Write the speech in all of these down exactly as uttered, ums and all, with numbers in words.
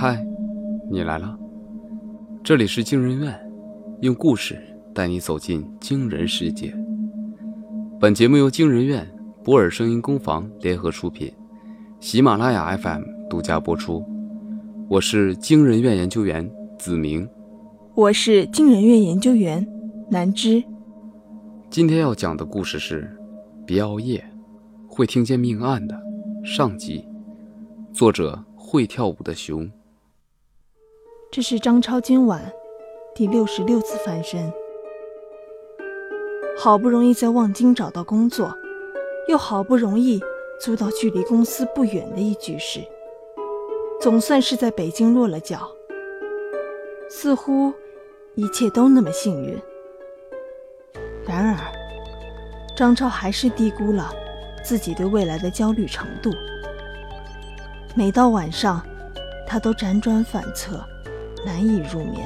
嗨，你来了。这里是惊人院，用故事带你走进惊人世界。本节目由惊人院、博尔声音工坊联合出品，喜马拉雅 F M 独家播出。我是惊人院研究员子明， 我是惊人院研究员南芝。 今天要讲的故事是别熬夜，会听见命案的上集，作者会跳舞的熊。 这是张超今晚第六十六次翻身。好不容易在望京找到工作，又好不容易租到距离公司不远的一居室，总算是在北京落了脚。似乎一切都那么幸运。然而张超还是低估了自己对未来的焦虑程度。每到晚上他都辗转反侧，难以入眠。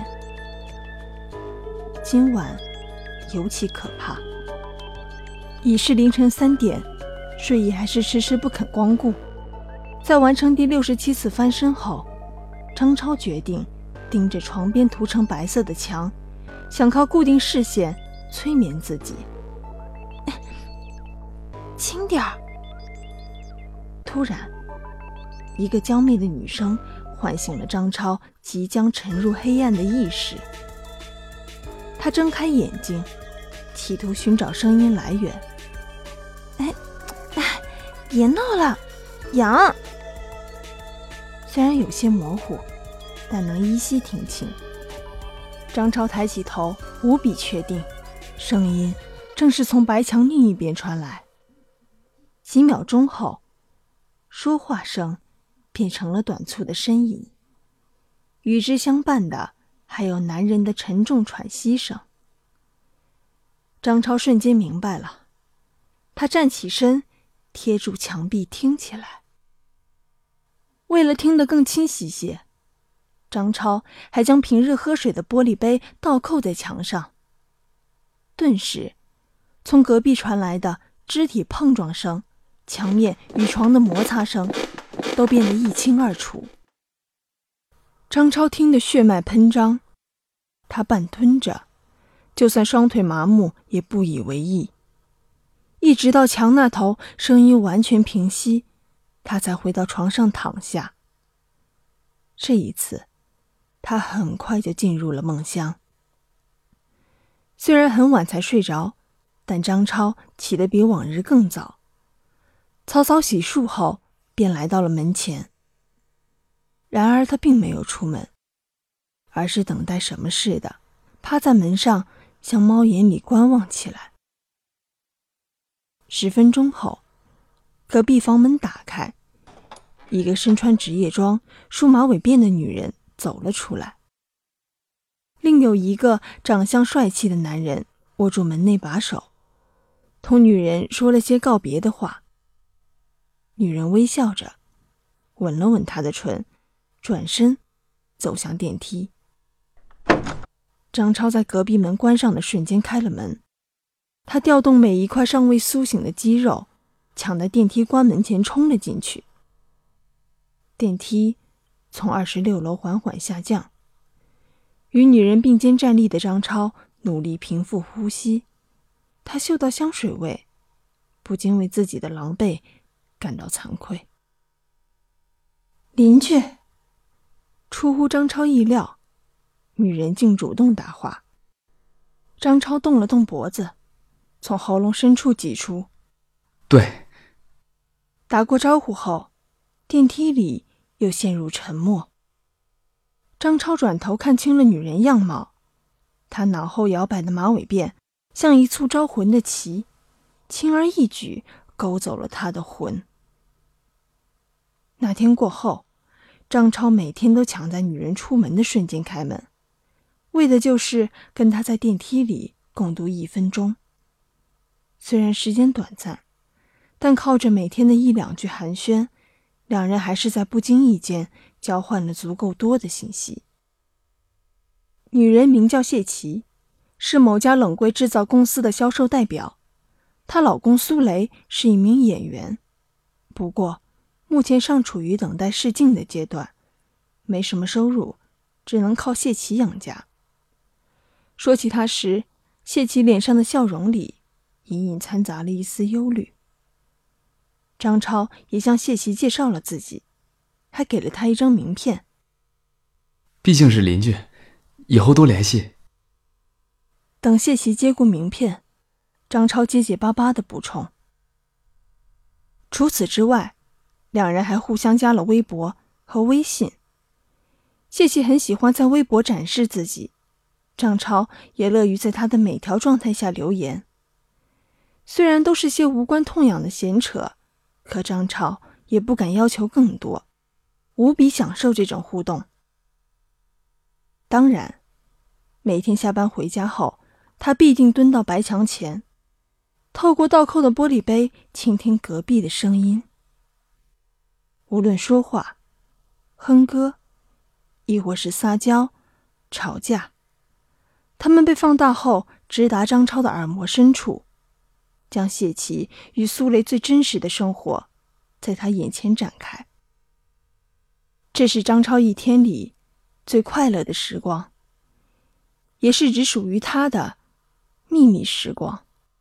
今晚尤其可怕。已是凌晨三点，睡意还是迟迟不肯光顾。在完成第六十七次翻身后，张超决定盯着床边涂成白色的墙，想靠固定视线催眠自己。轻点儿。突然一个娇媚的女声唤醒了张超即将沉入黑暗的意识。他睁开眼睛，企图寻找声音来源。哎哎，别闹了，痒。虽然有些模糊，但能依稀听清。张超抬起头，无比确定，声音正是从白墙另一边传来。几秒钟后，说话声变成了短促的呻吟，与之相伴的还有男人的沉重喘息声。张超瞬间明白了，他站起身，贴住墙壁听起来。为了听得更清晰些，张超还将平日喝水的玻璃杯倒扣在墙上。顿时，从隔壁传来的肢体碰撞声、墙面与床的摩擦声都变得一清二楚。张超听得血脉喷张，他半蹲着，就算双腿麻木也不以为意。一直到墙那头声音完全平息，他才回到床上躺下。这一次他很快就进入了梦乡。虽然很晚才睡着，但张超起得比往日更早。草草洗漱后便来到了门前。然而他并没有出门，而是等待什么似的趴在门上向猫眼里观望起来。十分钟后，隔壁房门打开，一个身穿职业装、梳马尾辫的女人走了出来。另有一个长相帅气的男人握住门内把手，同女人说了些告别的话。女人微笑着吻了吻他的唇，转身走向电梯。张超在隔壁门关上的瞬间开了门，他调动每一块尚未苏醒的肌肉，抢在电梯关门前冲了进去。电梯从二十六楼缓缓下降，与女人并肩站立的张超努力平复呼吸。他嗅到香水味，不禁为自己的狼狈感到惭愧。邻居。出乎张超意料，女人竟主动答话。张超动了动脖子，从喉咙深处挤出对。 打过招呼后，电梯里又陷入沉默。张超转头看清了女人样貌，她脑后摇摆的马尾辫像一簇招魂的旗，轻而易举勾走了他的魂。那天过后，张超每天都抢在女人出门的瞬间开门，为的就是跟她在电梯里共度一分钟。虽然时间短暂，但靠着每天的一两句寒暄，两人还是在不经意间交换了足够多的信息。女人名叫谢琪，是某家冷柜制造公司的销售代表。她老公苏雷是一名演员，不过目前尚处于等待试镜的阶段， 没什么收入，只能靠谢奇养家。说起他时，谢奇脸上的笑容里隐隐掺杂了一丝忧虑。张超也向谢奇介绍了自己，还给了他一张名片。 毕竟是邻居，以后多联系。 等谢奇接过名片，张超结结巴巴地补充。除此之外，两人还互相加了微博和微信。谢奇很喜欢在微博展示自己，张超也乐于在他的每条状态下留言。虽然都是些无关痛痒的闲扯，可张超也不敢要求更多，无比享受这种互动。当然，每天下班回家后，他必定蹲到白墙前，透过倒扣的玻璃杯倾听隔壁的声音。无论说话、哼歌，亦或是撒娇、吵架，他们被放大后直达张超的耳膜深处，将谢奇与苏雷最真实的生活在他眼前展开。这是张超一天里最快乐的时光，也是只属于他的秘密时光。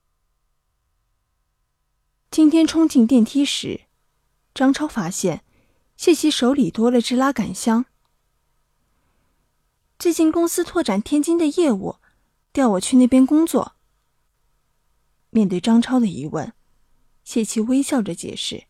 今天冲进电梯时，张超发现谢奇手里多了只拉杆箱。最近公司拓展天津的业务，调我去那边工作。面对张超的疑问，谢奇微笑着解释：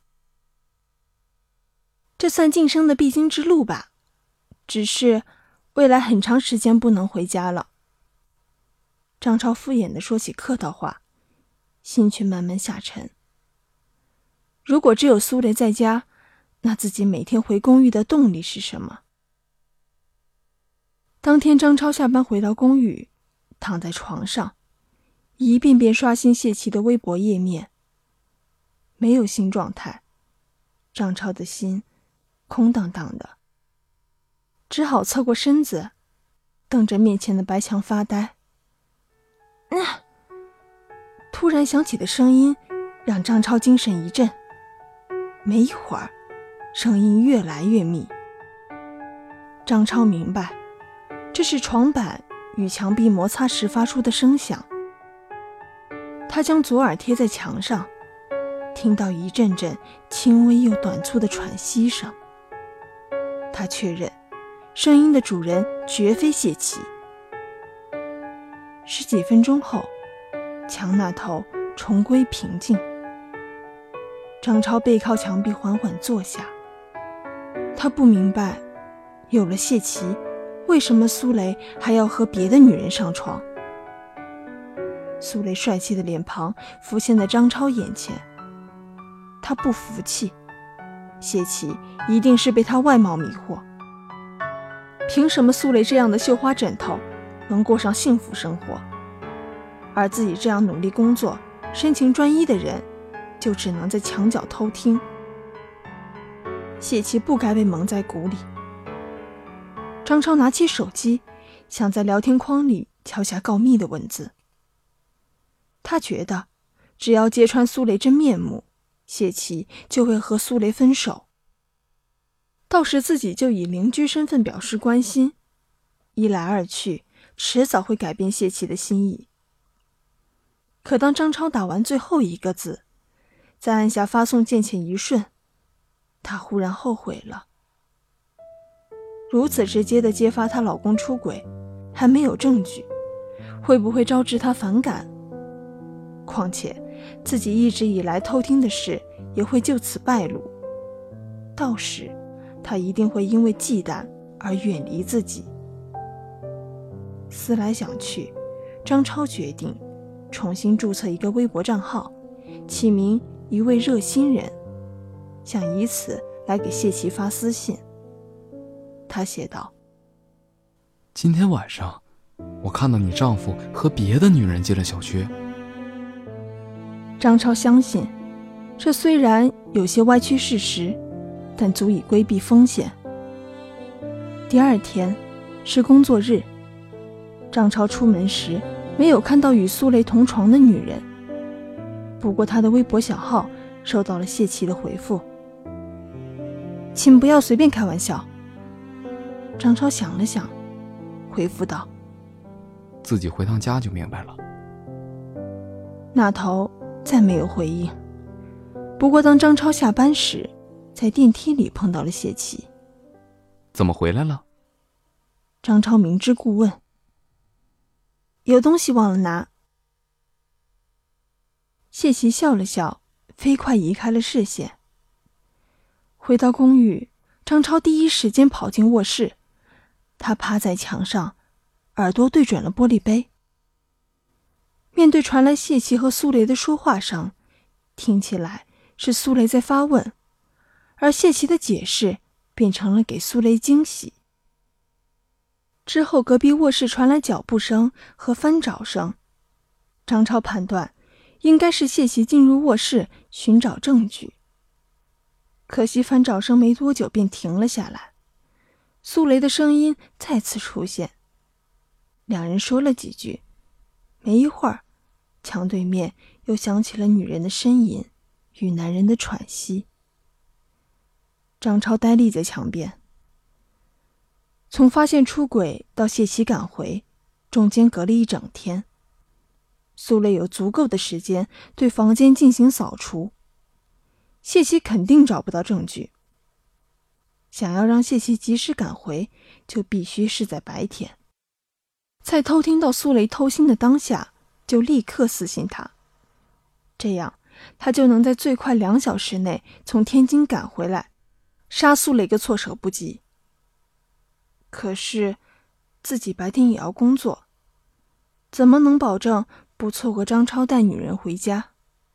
这算晋升的必经之路吧，只是未来很长时间不能回家了。张超敷衍地说起客套话，心却慢慢下沉。如果只有苏雷在家，那自己每天回公寓的动力是什么？当天张超下班回到公寓，躺在床上，一遍遍刷新谢奇的微博页面。没有新状态，张超的心空荡荡的，只好侧过身子，瞪着面前的白墙发呆。嗯，突然响起的声音让张超精神一振，没一会儿，声音越来越密。张超明白，这是床板与墙壁摩擦时发出的声响。他将左耳贴在墙上，听到一阵阵轻微又短促的喘息声。他确认，声音的主人绝非谢奇。十几分钟后，墙那头重归平静。张超背靠墙壁缓缓坐下。他不明白，有了谢奇，为什么苏雷还要和别的女人上床？苏雷帅气的脸庞浮现在张超眼前，他不服气，谢奇一定是被他外貌迷惑。凭什么苏雷这样的绣花枕头能过上幸福生活，而自己这样努力工作、深情专一的人就只能在墙角偷听？谢奇不该被蒙在鼓里。张超拿起手机，想在聊天框里敲下告密的文字。他觉得只要揭穿苏雷真面目，谢奇就会和苏雷分手，到时自己就以邻居身份表示关心，一来二去，迟早会改变谢奇的心意。可当张超打完最后一个字，在按下发送键前一瞬，她忽然后悔了。如此直接地揭发她老公出轨，还没有证据，会不会招致她反感？况且自己一直以来偷听的事也会就此败露，到时她一定会因为忌惮而远离自己。思来想去，张超决定重新注册一个微博账号，起名一位热心人，想以此来给谢奇发私信。他写道： 今天晚上我看到你丈夫和别的女人进了小区。 张超相信，这虽然有些歪曲事实，但足以规避风险。第二天是工作日，张超出门时没有看到与苏雷同床的女人，不过他的微博小号收到了谢奇的回复：请不要随便开玩笑， 张超想了想，回复道： 自己回趟家就明白了。 那头再没有回应。不过当张超下班时，在电梯里碰到了谢琪。 怎么回来了？ 张超明知故问。有东西忘了拿。谢琪笑了笑，飞快移开了视线。回到公寓，张超第一时间跑进卧室，他趴在墙上，耳朵对准了玻璃杯。面对传来谢琪和苏雷的说话声，听起来是苏雷在发问，而谢琪的解释变成了给苏雷惊喜。之后隔壁卧室传来脚步声和翻找声，张超判断应该是谢琪进入卧室寻找证据。可惜翻找声没多久便停了下来，苏雷的声音再次出现，两人说了几句，没一会儿，墙对面又响起了女人的呻吟与男人的喘息。张超呆立在墙边。从发现出轨到谢琪赶回，中间隔了一整天。苏雷有足够的时间对房间进行扫除，谢琪肯定找不到证据。想要让谢琪及时赶回，就必须是在白天。在偷听到苏雷偷腥的当下，就立刻私信他，这样他就能在最快两小时内从天津赶回来，杀苏雷个措手不及。可是自己白天也要工作，怎么能保证不错过张超带女人回家？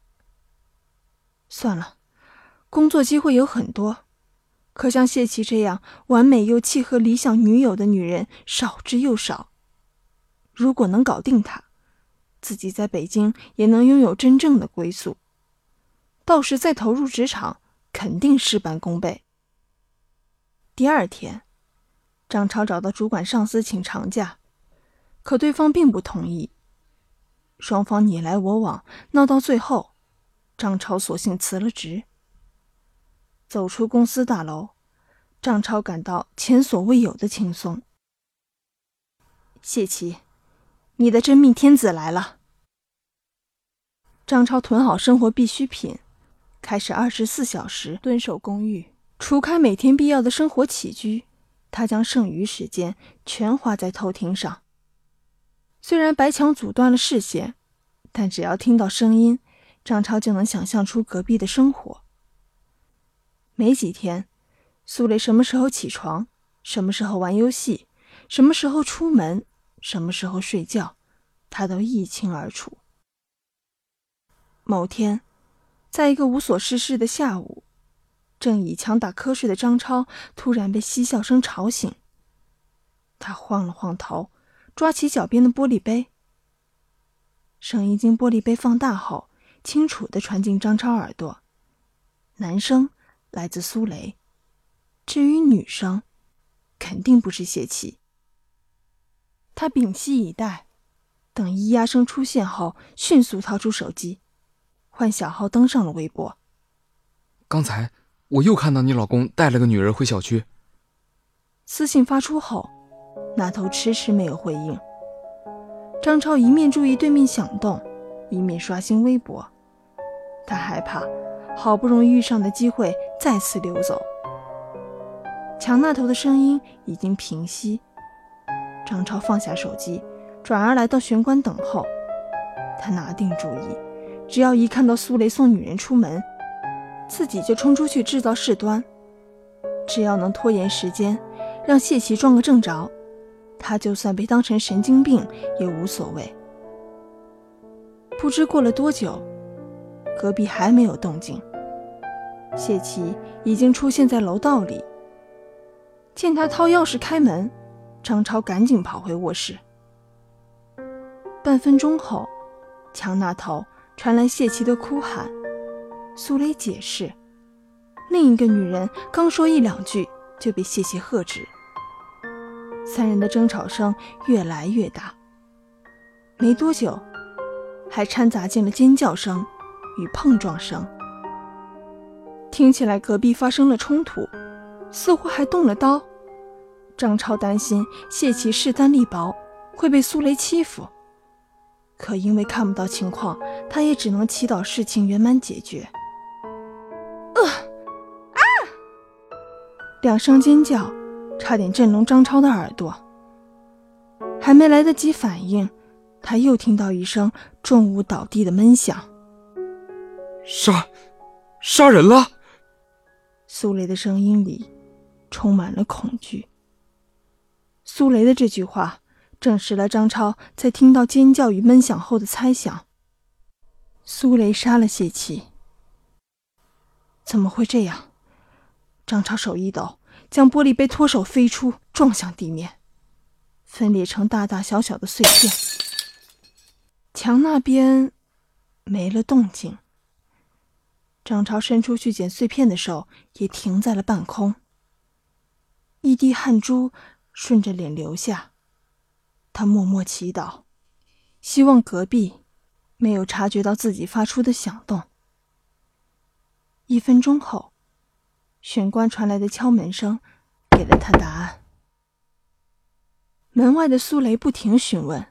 算了，工作机会有很多，可像谢琪这样完美又契合理想女友的女人少之又少。如果能搞定她，自己在北京也能拥有真正的归宿，到时再投入职场，肯定事半功倍。第二天，张超找到主管上司请长假，可对方并不同意。双方你来我往，闹到最后，张超索性辞了职。走出公司大楼，张超感到前所未有的轻松。谢琪，你的真命天子来了。张超囤好生活必需品，开始二十四小时蹲守公寓，除开每天必要的生活起居，他将剩余时间全花在偷听上。虽然白墙阻断了视线，但只要听到声音，张超就能想象出隔壁的生活。没几天，苏雷什么时候起床，什么时候玩游戏，什么时候出门，什么时候睡觉，他都一清二楚。某天，在一个无所事事的下午，正以强打瞌睡的张超突然被嬉笑声吵醒。他晃了晃头，抓起脚边的玻璃杯，声音经玻璃杯放大后清楚地传进张超耳朵。男声来自苏雷，至于女声，肯定不是谢琪。他屏息以待，等咿呀声出现后，迅速掏出手机，换小号登上了微博。 刚才我又看到你老公带了个女人回小区。 私信发出后，那头迟迟没有回应。张超一面注意对面响动，一面刷新微博。他害怕好不容易遇上的机会再次溜走。墙那头的声音已经平息，张超放下手机，转而来到玄关等候。他拿定主意，只要一看到苏雷送女人出门，自己就冲出去制造事端。只要能拖延时间，让谢琪撞个正着，他就算被当成神经病也无所谓。不知过了多久，隔壁还没有动静，谢琪已经出现在楼道里。见他掏钥匙开门，张超赶紧跑回卧室。半分钟后，墙那头传来谢琪的哭喊。苏雷解释，另一个女人刚说一两句就被谢琪喝止。三人的争吵声越来越大，没多久还掺杂进了尖叫声与碰撞声。听起来隔壁发生了冲突，似乎还动了刀。 张超担心谢奇势单力薄，会被苏雷欺负，可因为看不到情况，他也只能祈祷事情圆满解决。呃啊！两声尖叫差点震聋张超的耳朵，还没来得及反应，他又听到一声重物倒地的闷响。 杀杀人了！ 苏雷的声音里充满了恐惧。苏雷的这句话证实了张超在听到尖叫与闷响后的猜想。苏雷杀了谢奇。怎么会这样？张超手一抖，将玻璃杯脱手飞出，撞向地面，分裂成大大小小的碎片。墙那边没了动静，张超伸出去捡碎片的手也停在了半空。一滴汗珠顺着脸流下，他默默祈祷，希望隔壁没有察觉到自己发出的响动。一分钟后，玄关传来的敲门声给了他答案。门外的苏雷不停询问，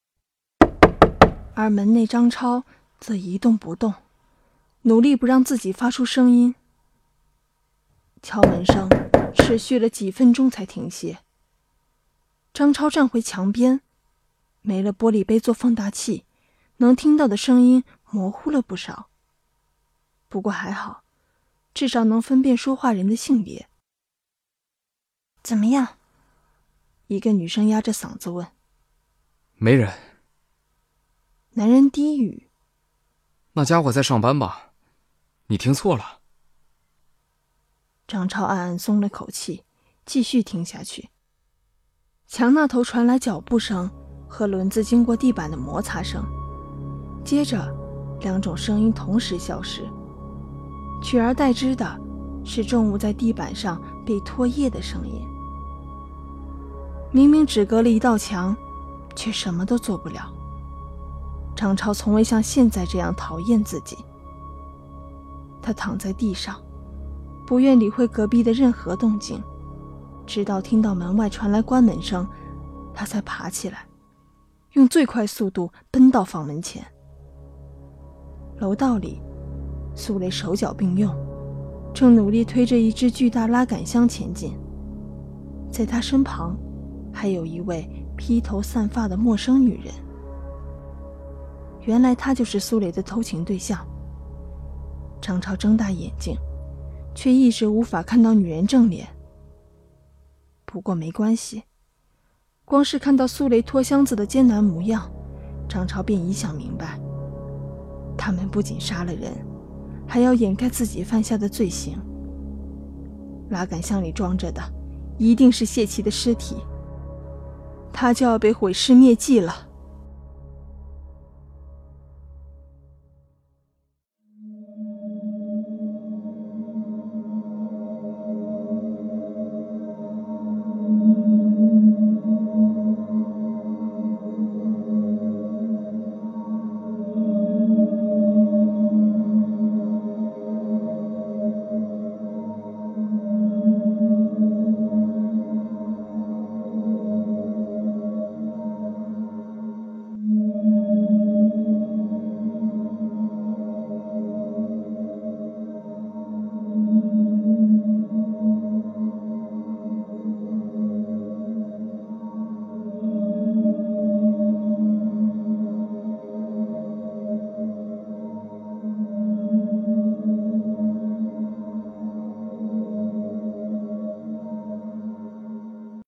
而门内张超则一动不动，努力不让自己发出声音。敲门声持续了几分钟才停歇。张超站回墙边，没了玻璃杯做放大器，能听到的声音模糊了不少。不过还好，至少能分辨说话人的性别。怎么样？一个女生压着嗓子问。 没人。 男人低语。 那家伙在上班吧？你听错了。 张超暗暗松了口气，继续听下去。墙那头传来脚步声和轮子经过地板的摩擦声，接着两种声音同时消失，取而代之的是重物在地板上被拖曳的声音。明明只隔了一道墙，却什么都做不了。张超从未像现在这样讨厌自己。他躺在地上，不愿理会隔壁的任何动静，直到听到门外传来关门声，他才爬起来，用最快速度奔到房门前。楼道里，苏雷手脚并用，正努力推着一只巨大拉杆箱前进。在他身旁还有一位披头散发的陌生女人。原来她就是苏雷的偷情对象。张超睁大眼睛，却一时无法看到女人正脸。不过没关系，光是看到苏雷拖箱子的艰难模样，张超便已想明白，他们不仅杀了人，还要掩盖自己犯下的罪行。拉杆箱里装着的一定是谢奇的尸体，他就要被毁尸灭迹了。